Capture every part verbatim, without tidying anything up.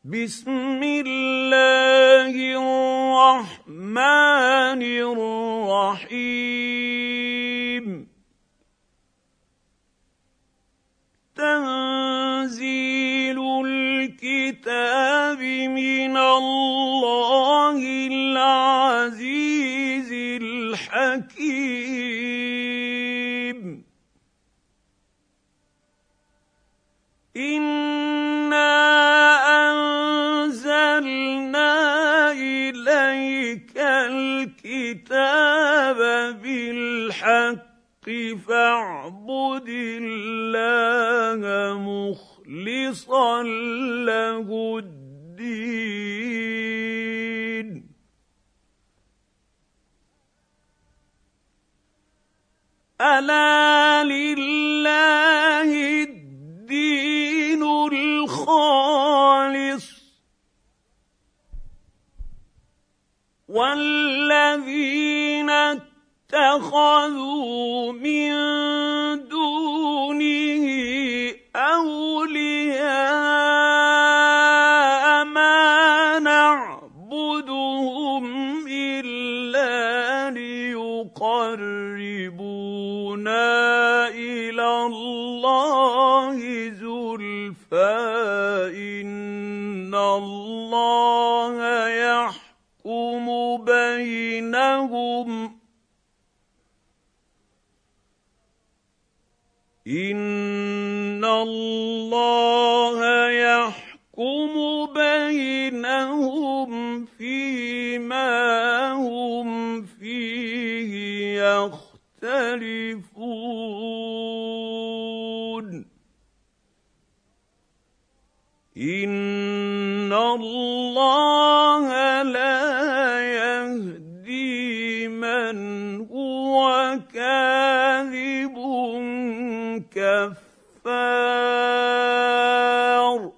بسم الله الرحمن الرحيم تنزيل الكتاب من الله العزيز الحكيم إنا أنزلنا إليك الكتاب بالحق فاعبد الله مخلصا له الدين ألا لله الدين الخالص والذين اتخذوا من دونه أولياء ما نعبدهم إلا ليقربونا إلى الله زلفى إن الله يحكم بينهم إن الله يحكم بينهم فيما هم فيه يختلفون إن الله لا يهدي من هو كاذب كفار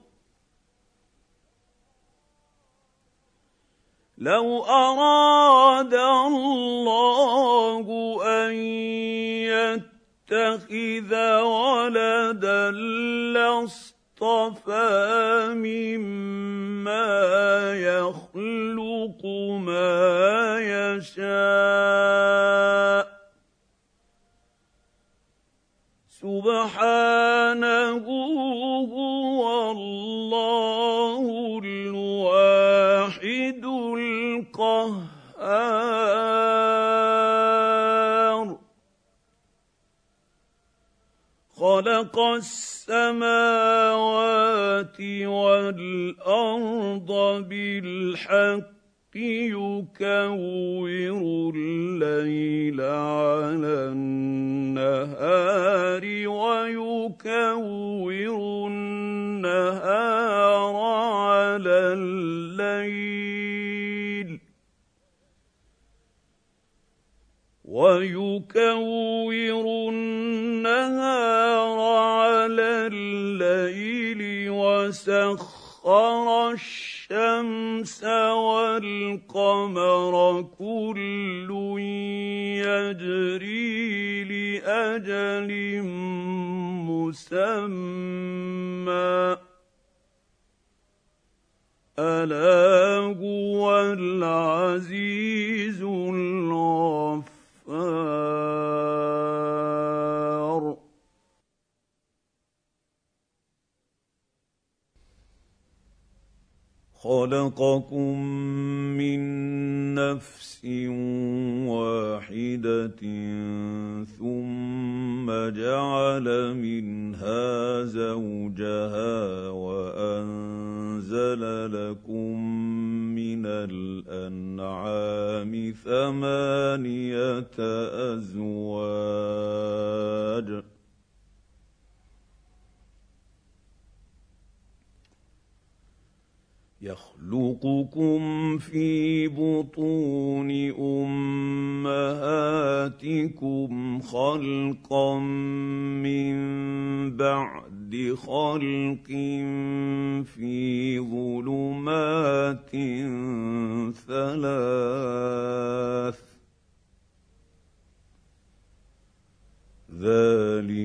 لو أراد الله أن يتخذ ولدا لاصطفى مما يخلق ما يشاء سبحانه هو الله الواحد القهار خلق السماوات والأرض بالحق يكور الليل على النهار ويكور النهار على الليل ويكور النهار على الليل وسخر الشمس والقمر كل يجري لأجل مسمى ألا هو العزيز الغفار خلقكم من نفس واحدة ثم جعل منها زوجها وأنزل لكم من الأنعام ثمانية أزواج يخلقكم في بطون أمهاتكم خلقا من بعد خلق في ظلمات ثلاث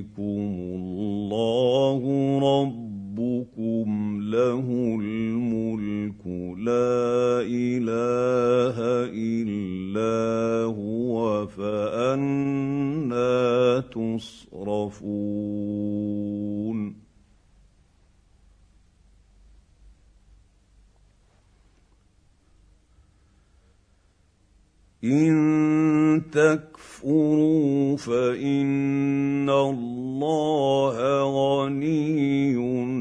ذلكم الله ربكم له الملك اله الا هو فأنى تصرفون إن تكفروا فإن الله غني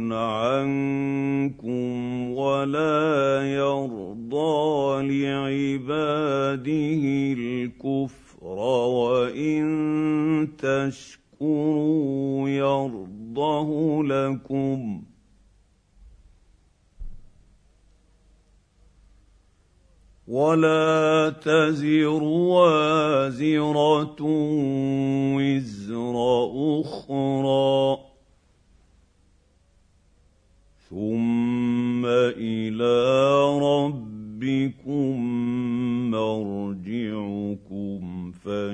عنكم ولا يرضى لعباده الكفر وإن تشكروا يرضه لكم ولا تزر وازرة وزر أخرى ثم إلى ربكم مرجعكم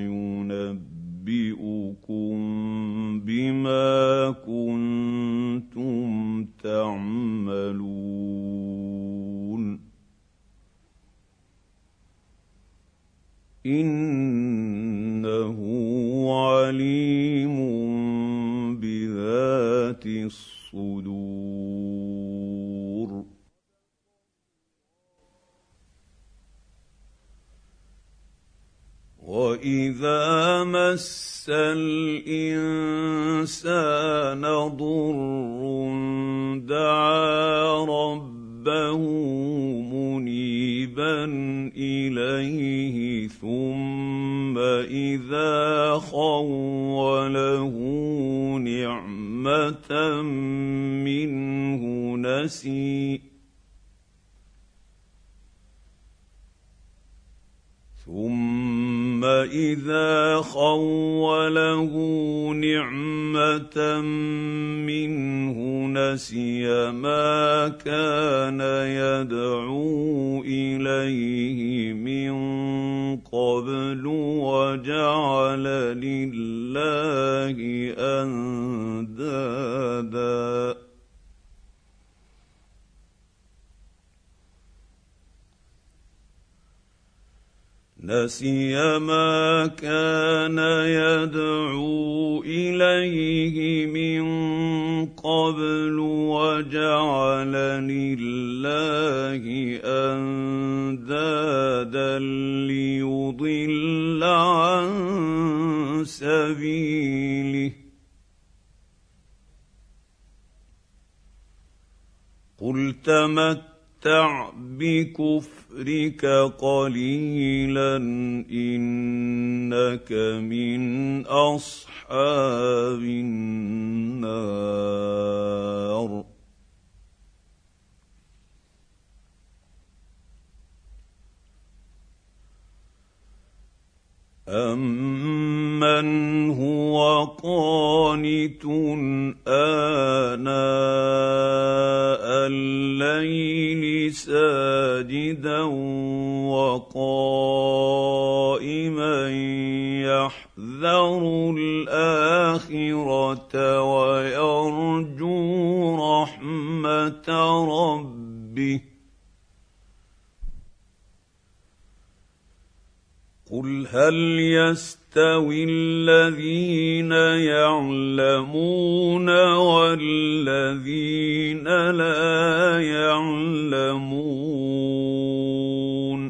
فينبئكم بما كنتم تعملون إنه عليم بذات الصدور وإذا مس الإنسان ضر دعا ربه منيبا إليه ثم إذا خوله نعمة منه نسي ثم إذا خوله نعمة منه نسي ما كان يدعو إليه من قبل وجعل لله أندادا نسي ما كان يدعو إليه من قبل وجعل لله أندادا ليضل عن سبيله قل تمتع بكفرك قليلا إنك من أصحاب النار أَمَّنْ هُوَ قَانِتٌ آنَاءَ اللَّيْلِ سَاجِدًا وَقَائِمًا يَحْذَرُ الْآخِرَةَ وَيَرْجُو رَحْمَةَ رَبِّهِ قُلْ هَلْ يَسْتَوِي الَّذِينَ يَعْلَمُونَ وَالَّذِينَ لَا يَعْلَمُونَ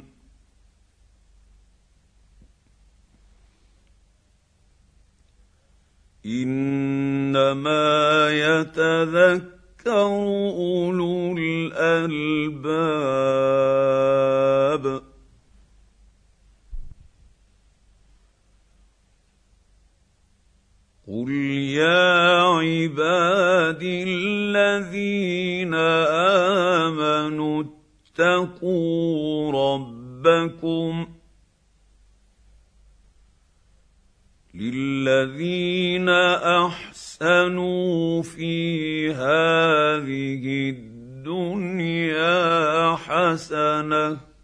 إِنَّمَا يَتَذَكَّرُ أُولُو الْأَلْبَابِ قُلْ يَا عِبَادِي الَّذِينَ آمَنُوا اتَّقُوا رَبَّكُمْ لِلَّذِينَ أَحْسَنُوا فِي هَٰذِهِ الدُّنْيَا حَسَنَةٌ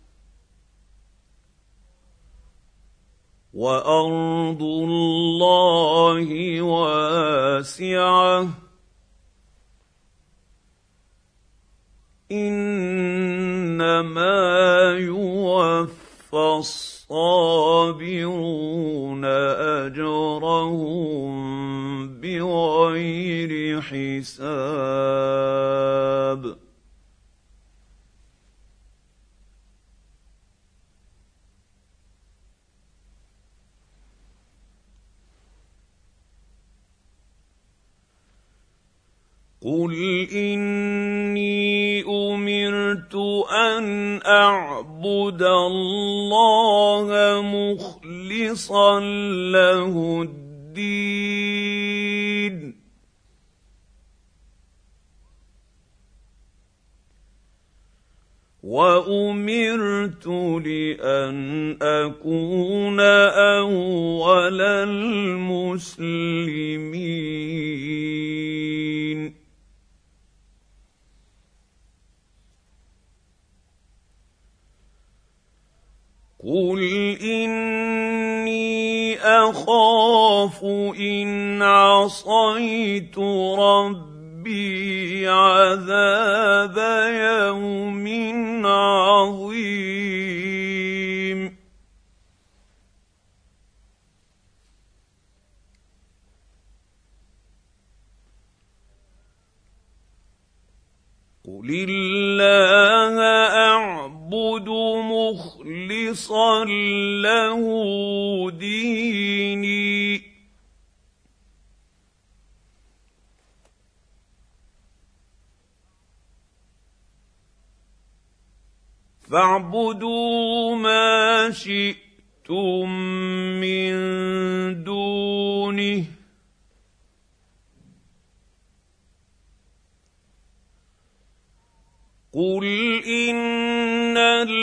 وَأَرْضُ اللَّهِ وَاسِعَةٌ إِنَّمَا قل إني أمرت أن أعبد الله مخلصا له الدين وأمرت لأن أكون أول المسلمين قل إني أخاف إن عصيت ربي عذاب يوم عظيم قل الله أعبد مخلصا له ديني فاعبدوا ما شئتم من دونه قل إن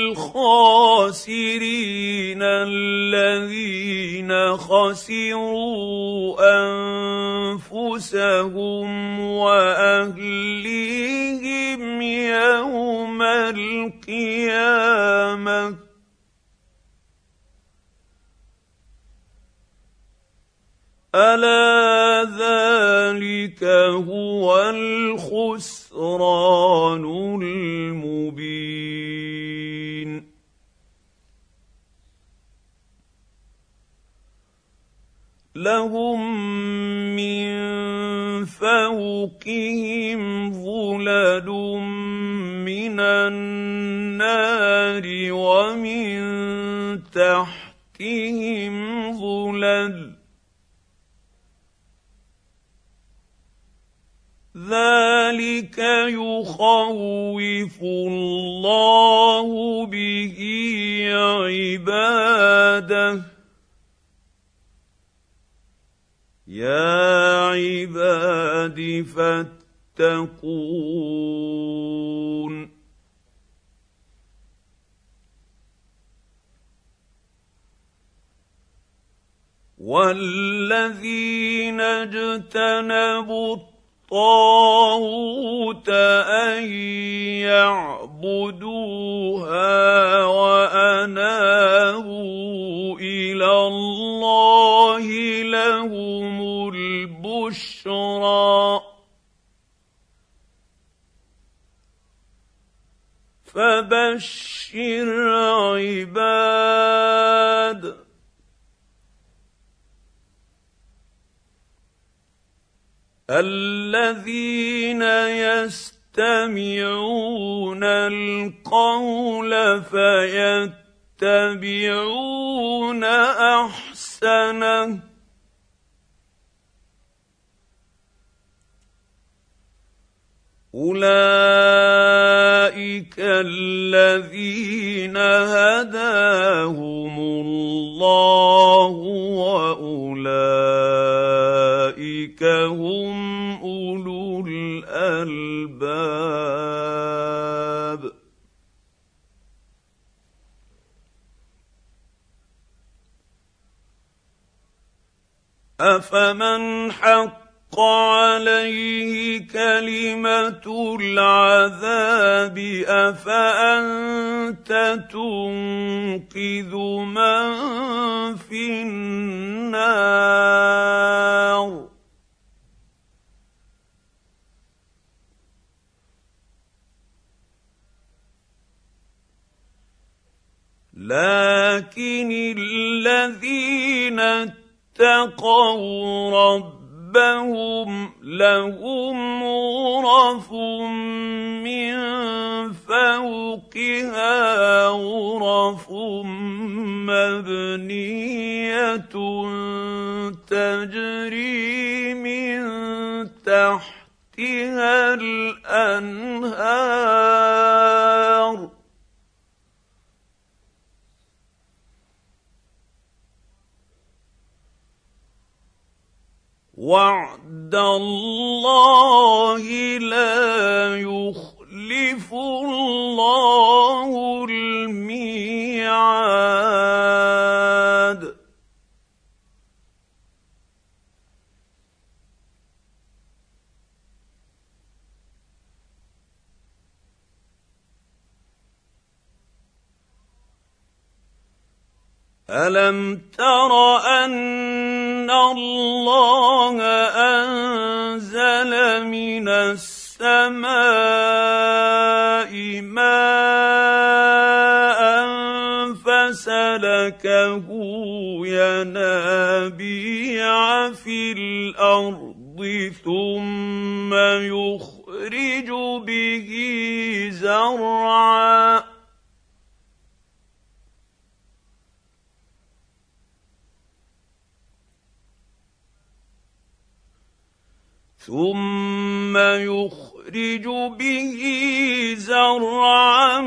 الخاسرين الذين خسروا أنفسهم وأهليهم يوم القيامة ألا ذلك هو الخسران المبين لهم من فوقهم ظلل من النار ومن تحتهم ظلل ذلك يخوف الله به عباده يا عباد فاتقون والذين اجتنبوا الطاغوت أن يعبدوها وأنابوا إلى الله لهم البشرى فبشر عباد الذين يستمعون القول فيتبعون أحسنه أولئك الذين هداهم الله وأولئك هم أولو الألباب أفمن حق عليه كلمة العذاب أفأنت تنقذ من في النار لكن الذين اتقوا ربهم لهم غرف من فوقها غرف مبنية تجري من تحتها تحتها الأنهار وعد الله لا يخلف الله الميعاد ألم تر أن الله أنزل من السماء ماء فسلكه ينابيع في الأرض ثم يخرج به زرعا ثم يخرج به زرعا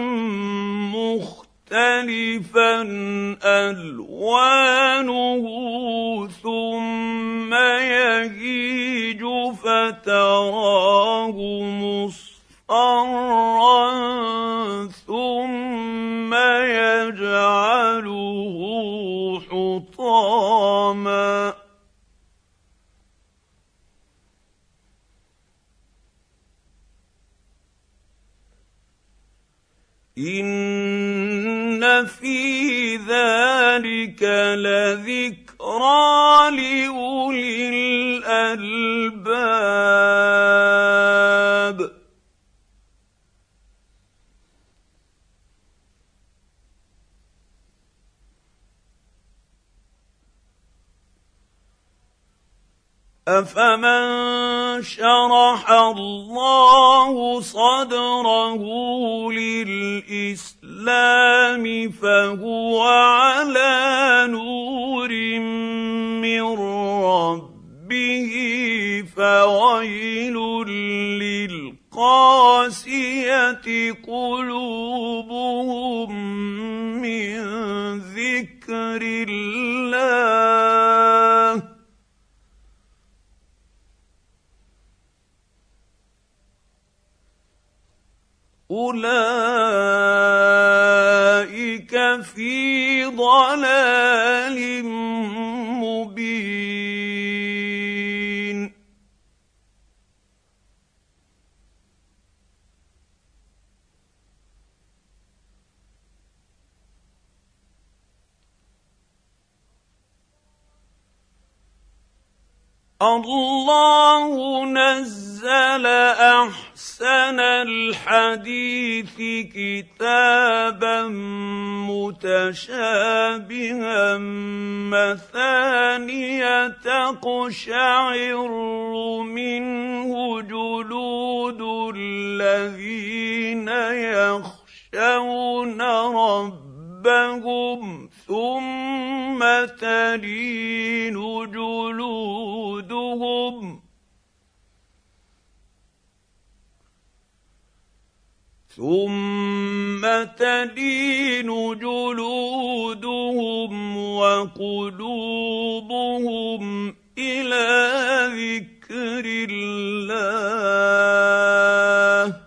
مختلفا ألوانه ثم يهيج فتراه مصفرا ثم يجعله حطاما إن في ذلك لذكرى لأولي الألباب أفمن شرح الله صدره للإسلام فهو على نور من ربه فويل للقاسية قلوبهم من ذكر الله أولئك في ضلال مبين الله نزل أحسن الحديث كتابا متشابها مثانية تقشعر منه جلود الذين يخشون ربهم ثم تلين جلودهم ثم تلين جلودهم وقلوبهم إلى ذكر الله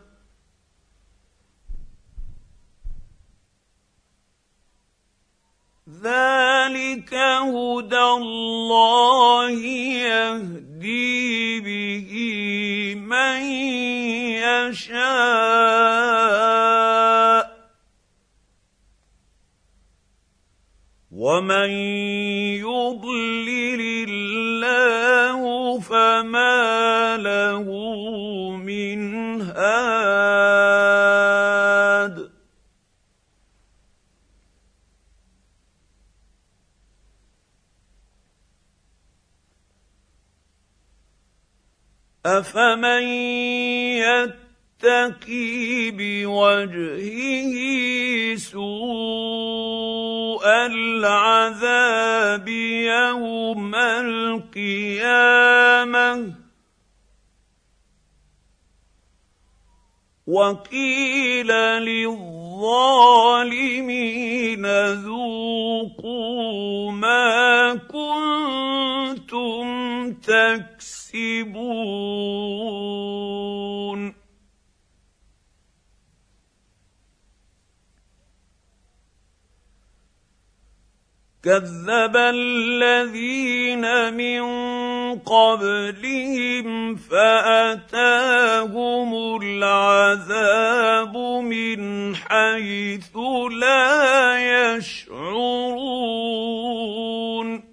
ذلك هدى الله يهدي به من يشاء ومن يضلل الله فما له من هاد أفمن يتقي بوجهه سوء العذاب يوم القيامة وقيل للظالمين ذوقوا ما كنتم تكسبون كذب الذين من قبلهم فأتاهم العذاب من حيث لا يشعرون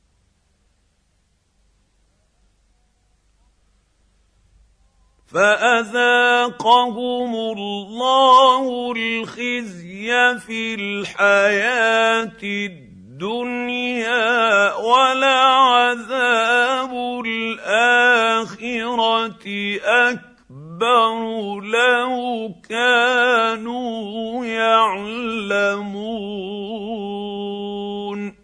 فأذاقهم الله الخزي في الحياة الدنيا الدنيا ولعذاب الآخرة أكبر لو كانوا يعلمون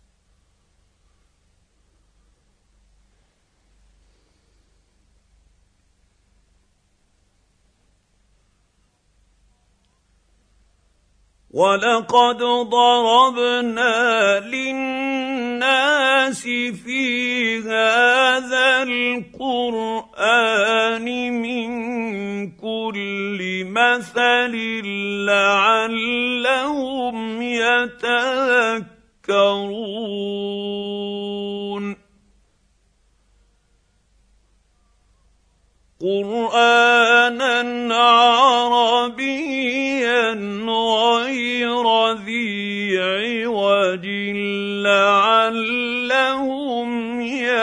وَلَقَدْ ضَرَبْنَا لِلنَّاسِ فِي هَذَا الْقُرْآنِ مِنْ كُلِّ مَثَلٍ لَعَلَّهُمْ يَتَذَكَّرُونَ قُرْآنًا عَرَبِيًّا غَيْرَ ذِي عِوَجٍ لَعَلَّهُمْ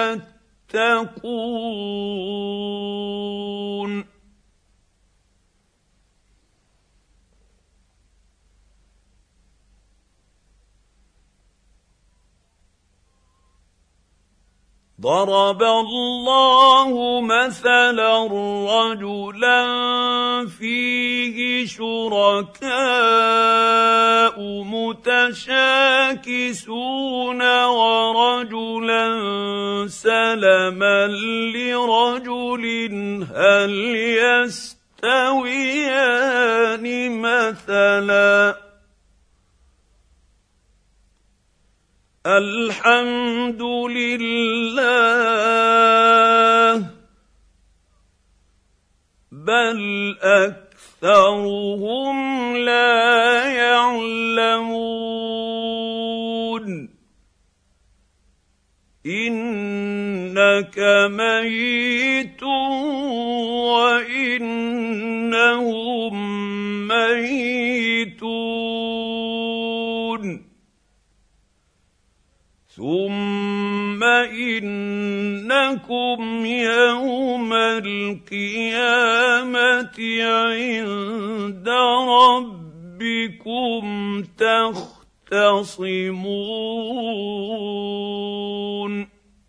يَتَّقُونَ ضرب الله مثلا رجلا فيه شركاء متشاكسون ورجلا سلما لرجل هل يستويان مثلا الحمد لله بل أكثرهم لا يعلمون إنك ميت وإنهم ميتون ثم إنكم يوم القيامة عند ربكم تختصمون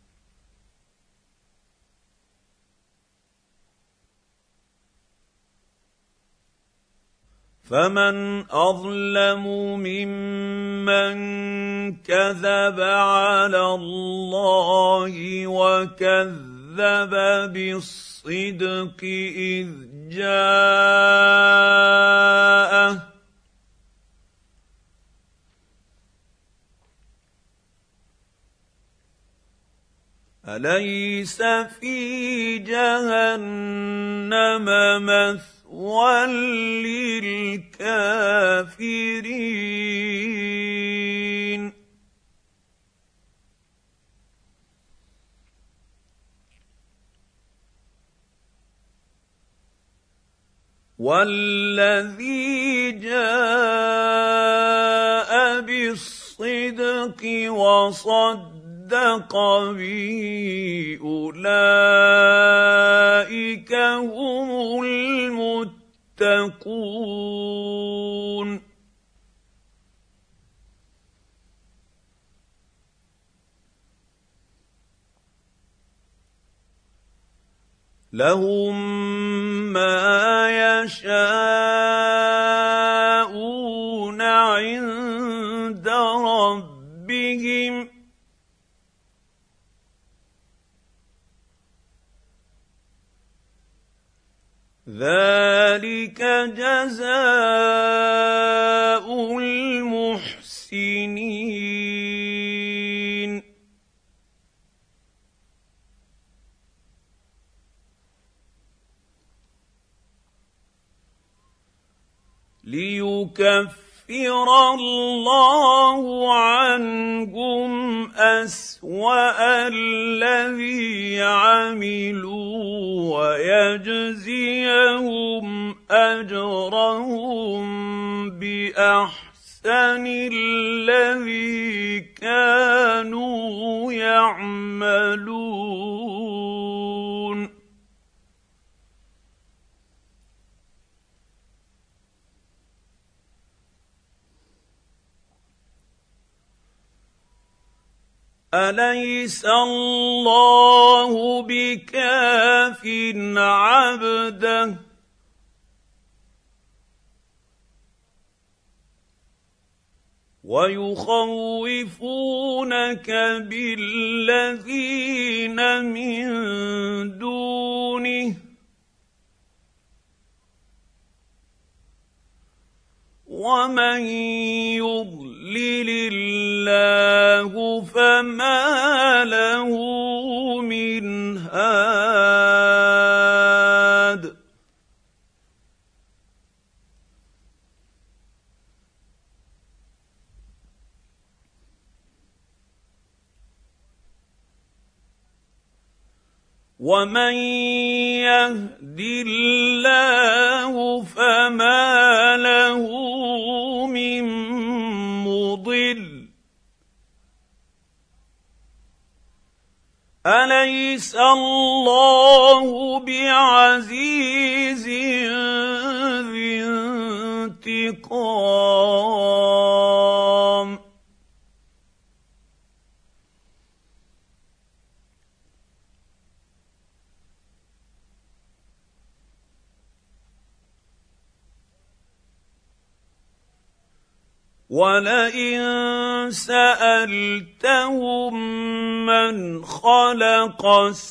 فمن أظلم ممن كذب على الله وكذب بالصدق إذ جاءه أليس في جهنم مثوى للكافرين والذي جاء بالصدق وصدق به أولئك هم المتقون لهم ما يشاءون عند ربهم ذلك جزاء المحسنين ليكفر الله عنهم أسوأ الذي عملوا ويجزيهم أجرهم بأحسن الذي كانوا يعملون أليس الله بكاف عبده ويخوفونك بالذين من دونه ومن يضلل الله فما له من هاد ومن يهد الله فما له من مضل أليس الله بعزيز ذي انتقام ولئن سألتهم من خلق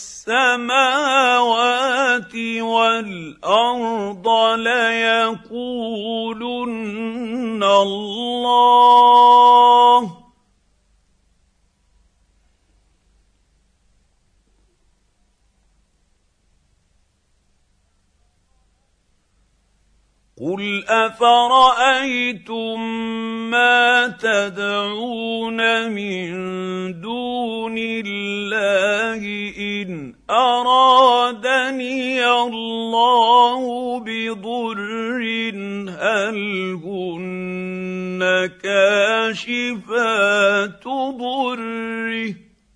السماوات والأرض ليقولن الله قل أفرأيتم ما تدعون من دون الله إن أرادني الله بضر هل هن كاشفات ضره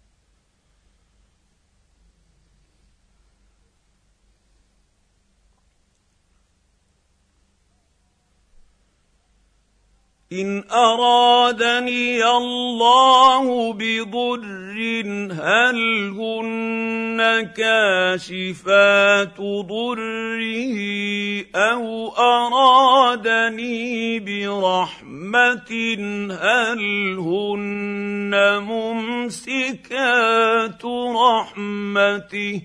إن أرادني الله بضر هل هن كاشفات ضره أو أرادني برحمة هل هن ممسكات رحمته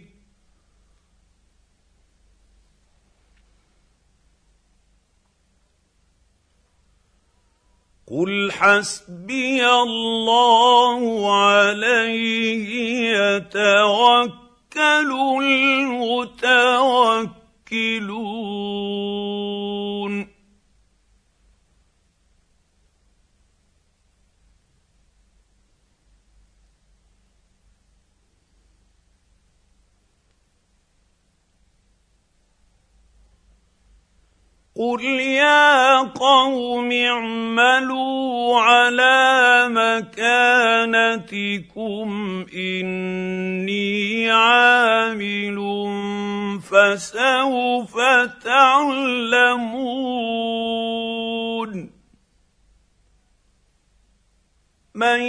قل حسبي الله عليه يتوكل المتوكلون قل يا قوم اعملوا على مكانتكم إني عامل فسوف تعلمون من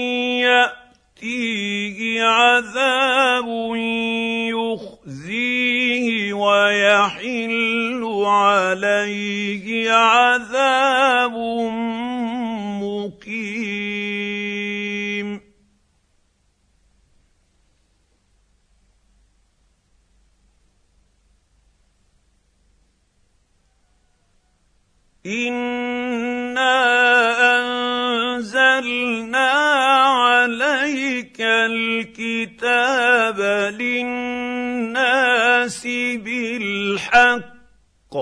يأتيه عذاب يخزيه ويحل عليه عذاب مقيم إنا أنزلنا عليك الكتاب للناس بالحق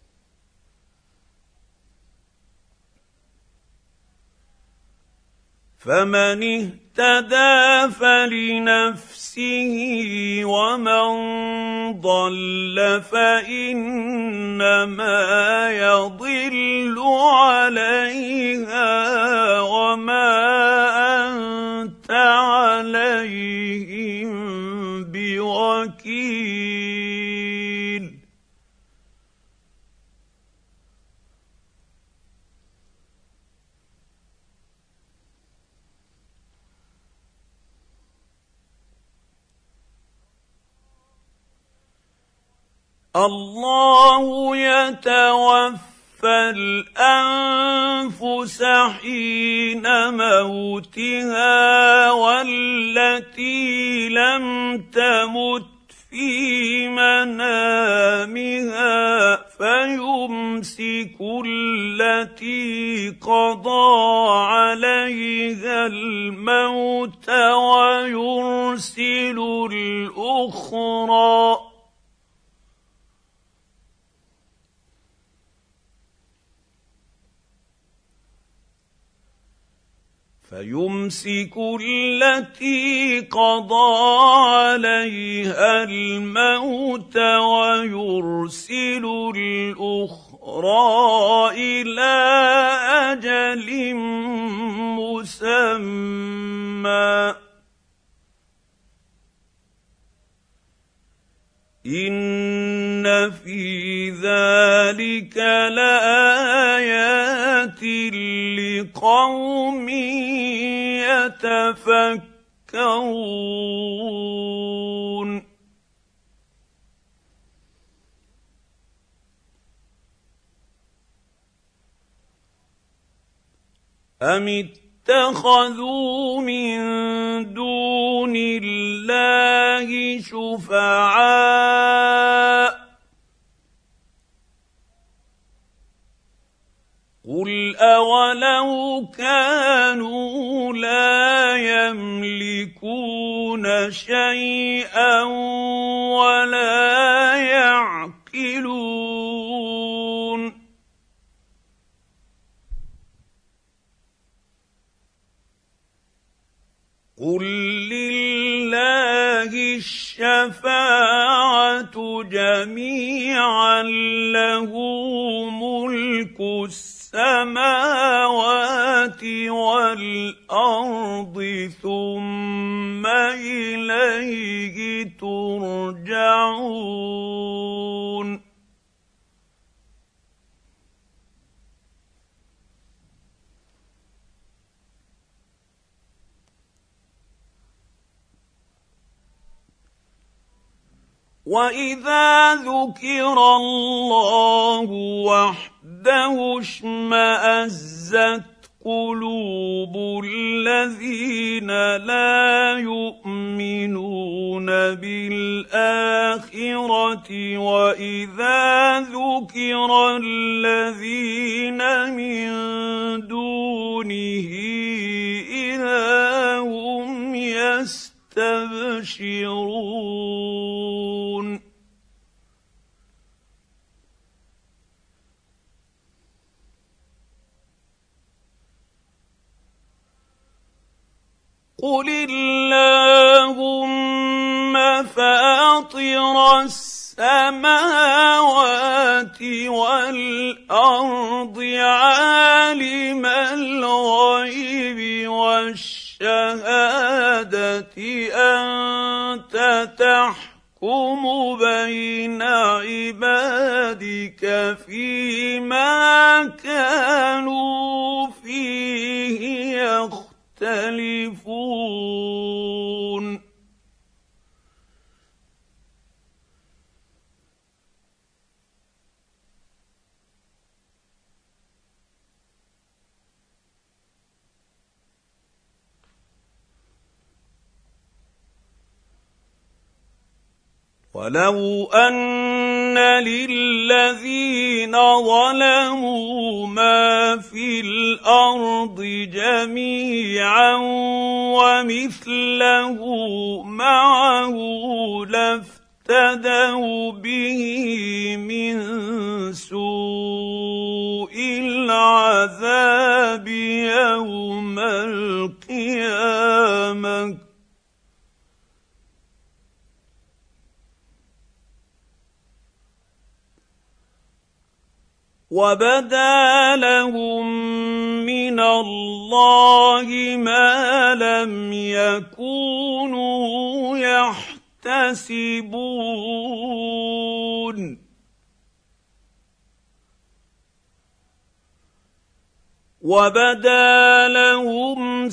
فمن اهتدى فلنفسه ومن ضل فإنما يضل عليها وما أنت عليهم بوكيل الله يتوفى الأنفس حين موتها والتي لم تمت في منامها فيمسك التي قضى عليها الموت ويرسل الأخرى فيمسك التي قضى عليها الموت ويرسل الأخرى إلى أجل مسمى إن في ذلك لآيات لقوم يتفكرون أم اتخذوا من دون الله شفعاء قل أولو كانوا لا يملكون شيئا ولا يعقلون قل لله الشفاعة جميعا له ملك السماوات والأرض ثم إليه ترجعون وإذا ذكر الله وحده اشمأزت قلوب الذين لا يؤمنون بالآخرة وإذا ذكر الذين من دونه إذا هم يستبشرون قل اللهم فاطر السماوات والأرض عالم الغيب والشهادة أنت تحكم بين عبادك فيما كانوا فيه يختلفون ولو أن ان للذين ظلموا ما في الارض جميعا ومثله معه لافتدوا به من سوء العذاب يوم القيامه وبدا لهم من الله ما لم يكونوا يحتسبون وبدا لهم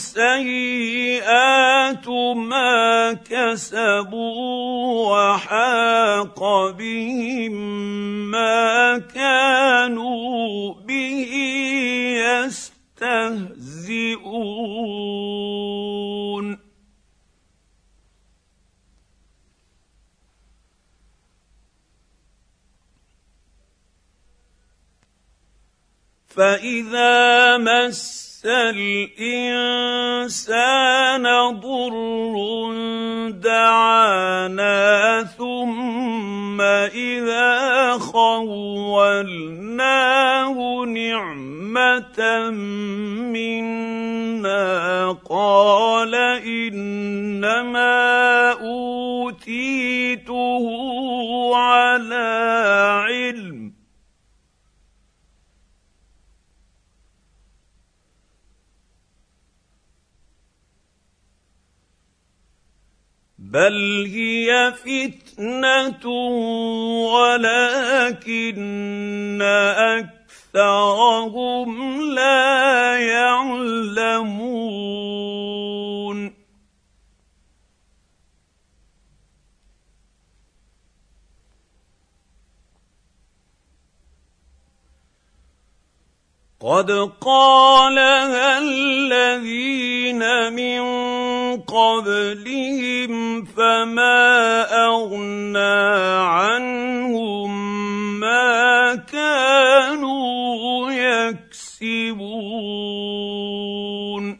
سيئات ما كسبوا وحاق بهم ما كانوا به يستهزئون فإذا مس الإنسان ضر دعانا ثم إذا خولناه نعمة منا قال إنما أوتيته على علم بل هي فتنة ولكن أكثرهم لا يعلمون قد قالها الذين من قبلهم فما أغنى عنهم ما كانوا يكسبون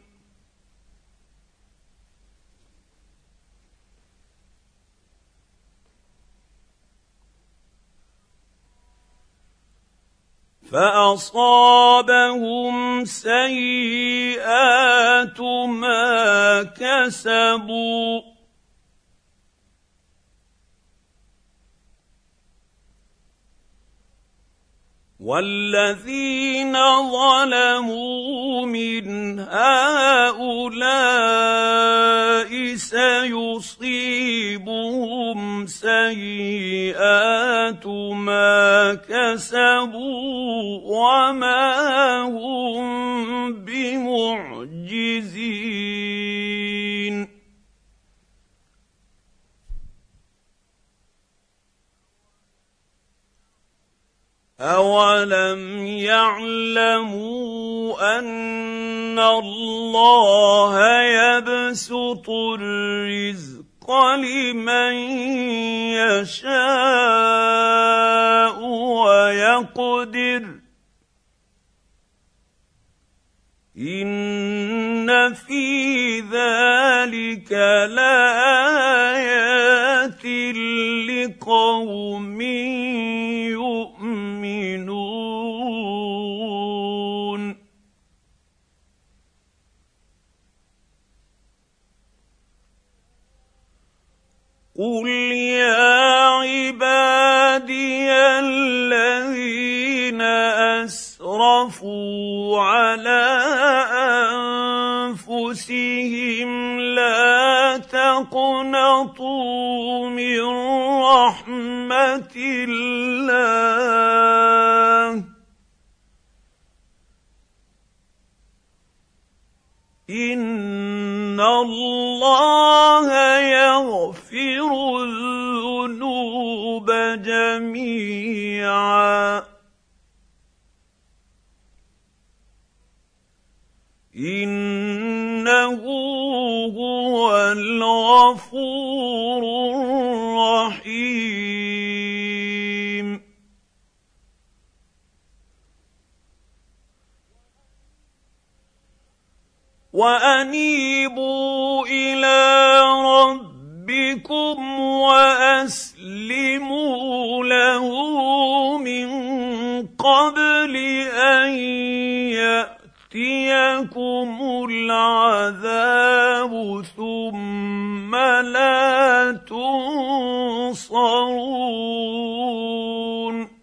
فأصابهم سيئات ما كسبوا والذين ظلموا من هؤلاء سيصيبهم سيئات ما كسبوا وما هم بمعجزين أولم يعلموا أن الله يبسط الرزق لمن يشاء ويقدر إن في ذلك لآيات لقوم يؤمنون قل يا عبادي الذين أسرفوا على أنفسهم لا تقنطوا من رحمة الله إن الله يغفر الذنوب جميعا إنه هو الغفور الرحيم وانيبوا الى ربكم واسلموا له من قبل ان ياتيكم العذاب ثم لا تنصرون.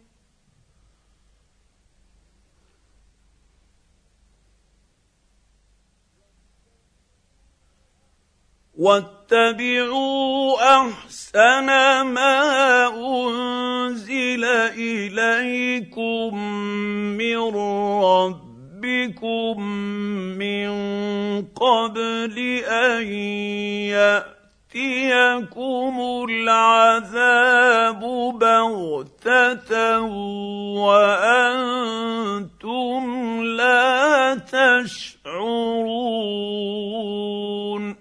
واتبعوا احسن ما انزل اليكم من ربكم من قبل ان ياتيكم العذاب بغته وانتم لا تشعرون.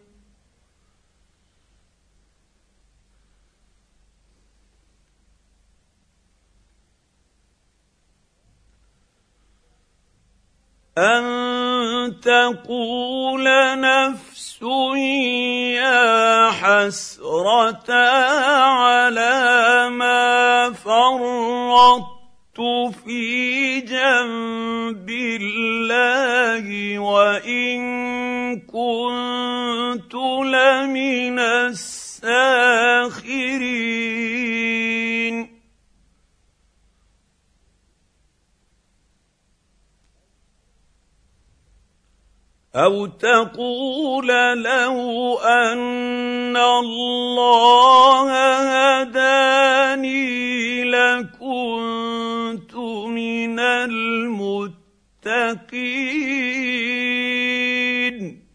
أن تقول نفس يا حسرة على ما فرطت في جنب الله وإن كنت لمن الساخرين. أو تقول لو أن الله هداني لكنت من المتقين.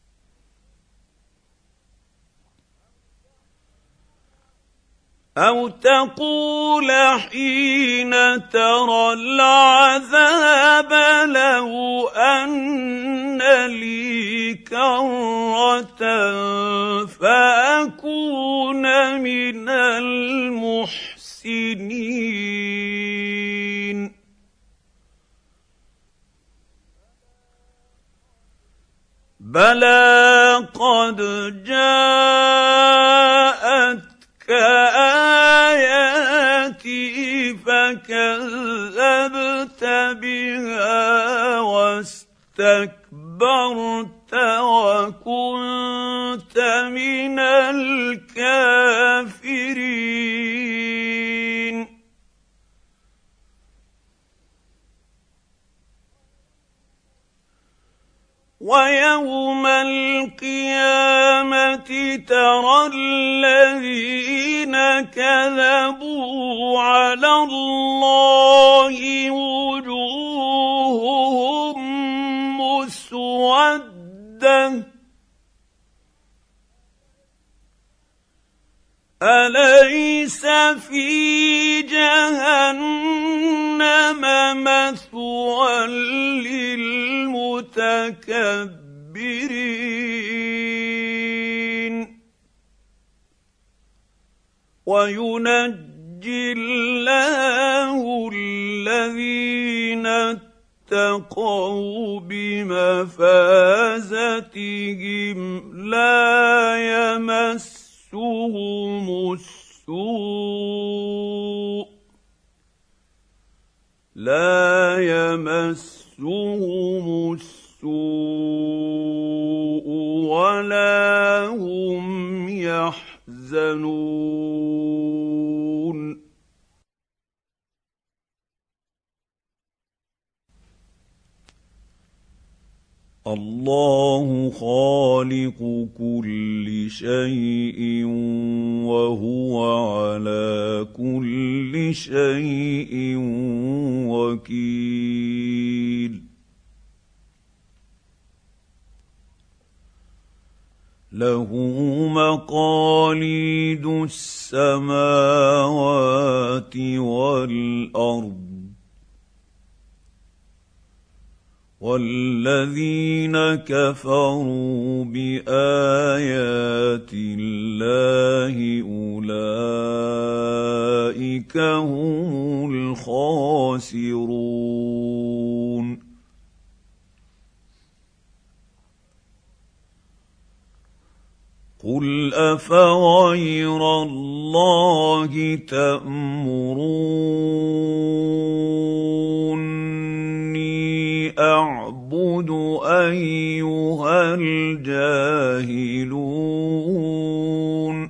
أو تقول حين ترى العذاب لو أن لي كرة فأكون من المحسنين. بلى قد جاءتك آياتي فكذبت بها واستكبرت وكنت من الكافرين. ويوم القيامة ترى الذين كذبوا على الله وجوههم مسودة أليس في جهنم مثوى للمتكبرين. وينجي الله الذين اتقوا بمفازتهم لا يمسهم السوء لا يمسهم السوء ولا هم يحزنون. الله خالق كل شيء وهو على كل شيء وكيل. له مقاليد السماوات والأرض والذين كفروا بآيات الله أولئك هم الخاسرون. قل افغير الله تأمروني اعبد ايها الجاهلون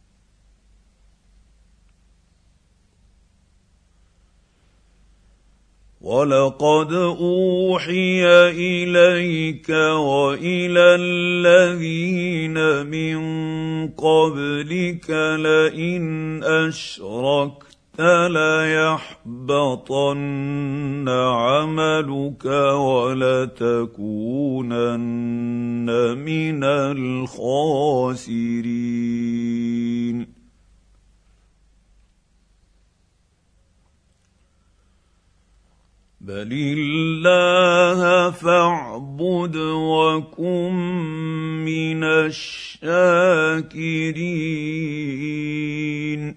ولقد اوحي اليك والى الذين من قبلك لئن اشركت ليحبطن عملك ولتكونن من الخاسرين بل الله فاعبد وكن من الشاكرين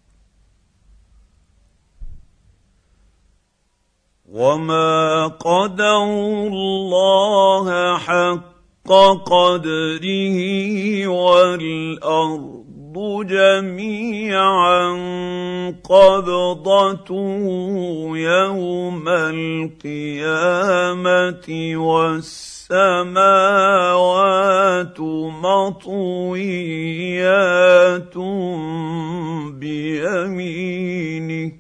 وما قدروا الله حق قدره والارض جميعا قبضته يوم القيامة والسماوات مطويات بيمينه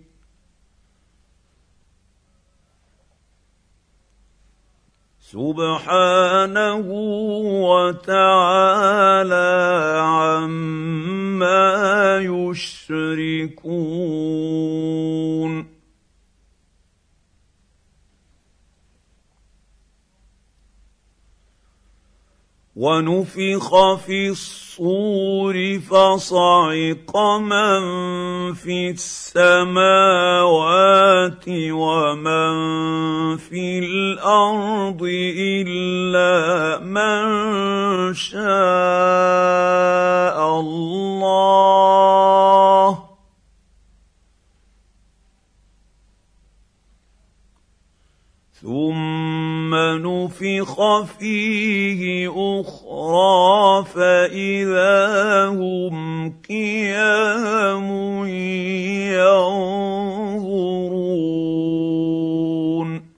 سبحانه وتعالى عما يشركون ونفخ في الصور فصعق من في السماوات ومن في الارض الا من شاء الله ثم نفخ فيه اخرى فاذا هم قيام ينظرون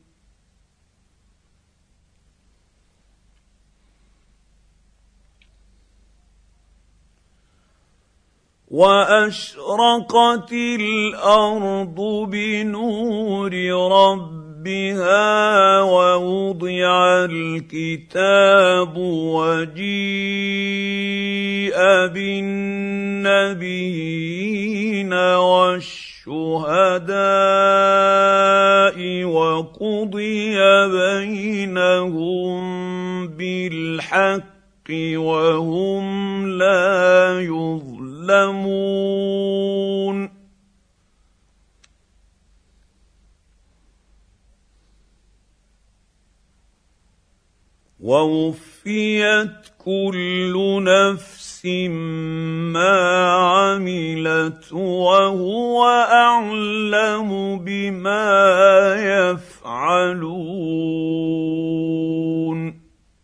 واشرقت الارض بنور ربها بها ووضع الكتاب وجيء بالنبيين والشهداء وقضي بينهم بالحق وهم لا يظلمون ووفيت كل نفس ما عملت وهو اعلم بما يفعلون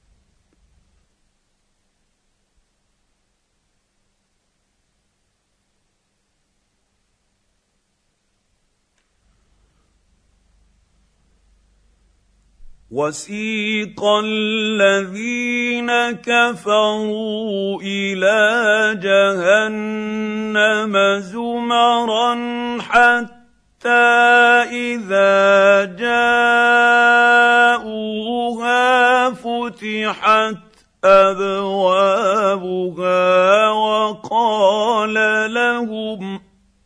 وسيق الذين كفروا إلى جهنم زمرا حتى إذا جاءوها فتحت أبوابها وقال لهم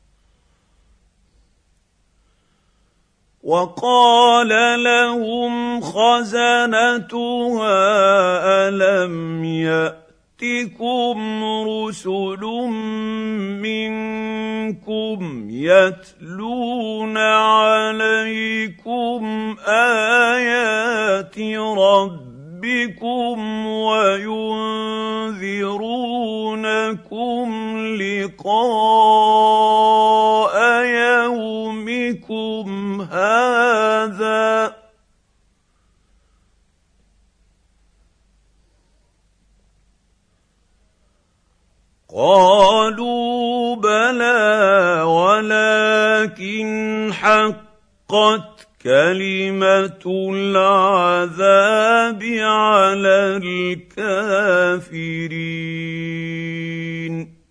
وقال لهم خزنتها ألم يأتكم رسل منكم يتلون عليكم آيات ربكم وينذرونكم لقاء يومكم هذا قالوا بلى ولكن حقت كلمه العذاب على الكافرين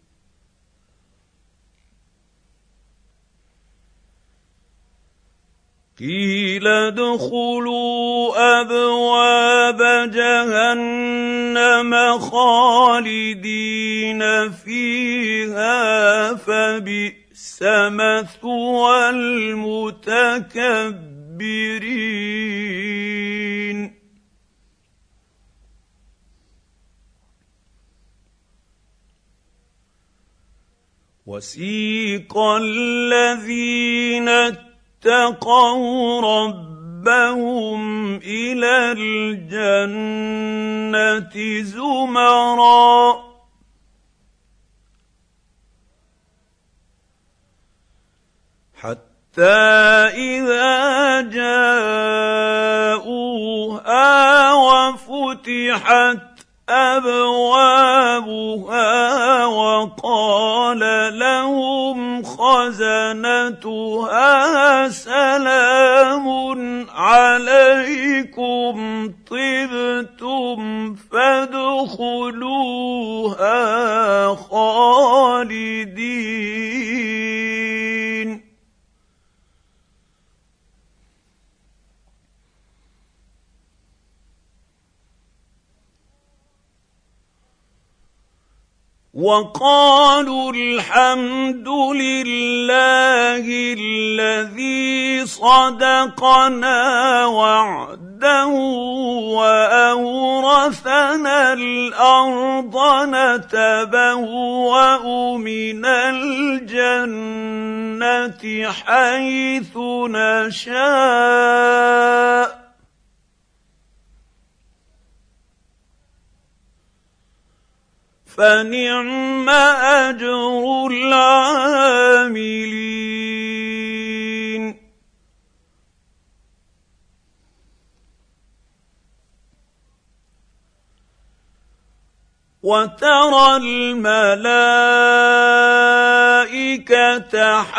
قيل ادخلوا ابواب جهنم خالدين فيها فبئس مثوى المتكبرين وسيق الذين اتقوا ربهم إلى الجنة زمرا حتى إذا جاءوها وفتحت أبوابها وقال لهم خزنتها سلام عليكم طبتم فادخلوها خالدين وقالوا الحمد لله الذي صدقنا وعده وأورثنا الأرض نتبوأ من الجنة حيث نشاء فنعم أجر العاملين وترى الملائكة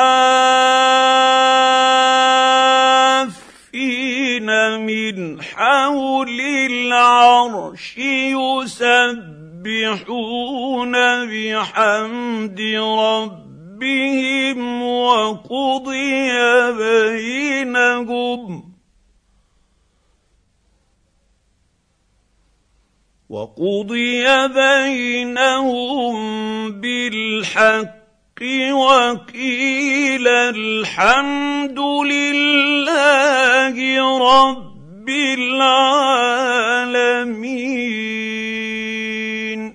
حافين من حول العرش يسبحون يسبحون بحمد ربهم وقضي بينهم وقضي بينهم بالحق وقيل الحمد لله رب العالمين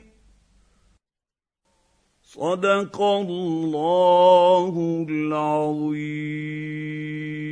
صدق الله العظيم.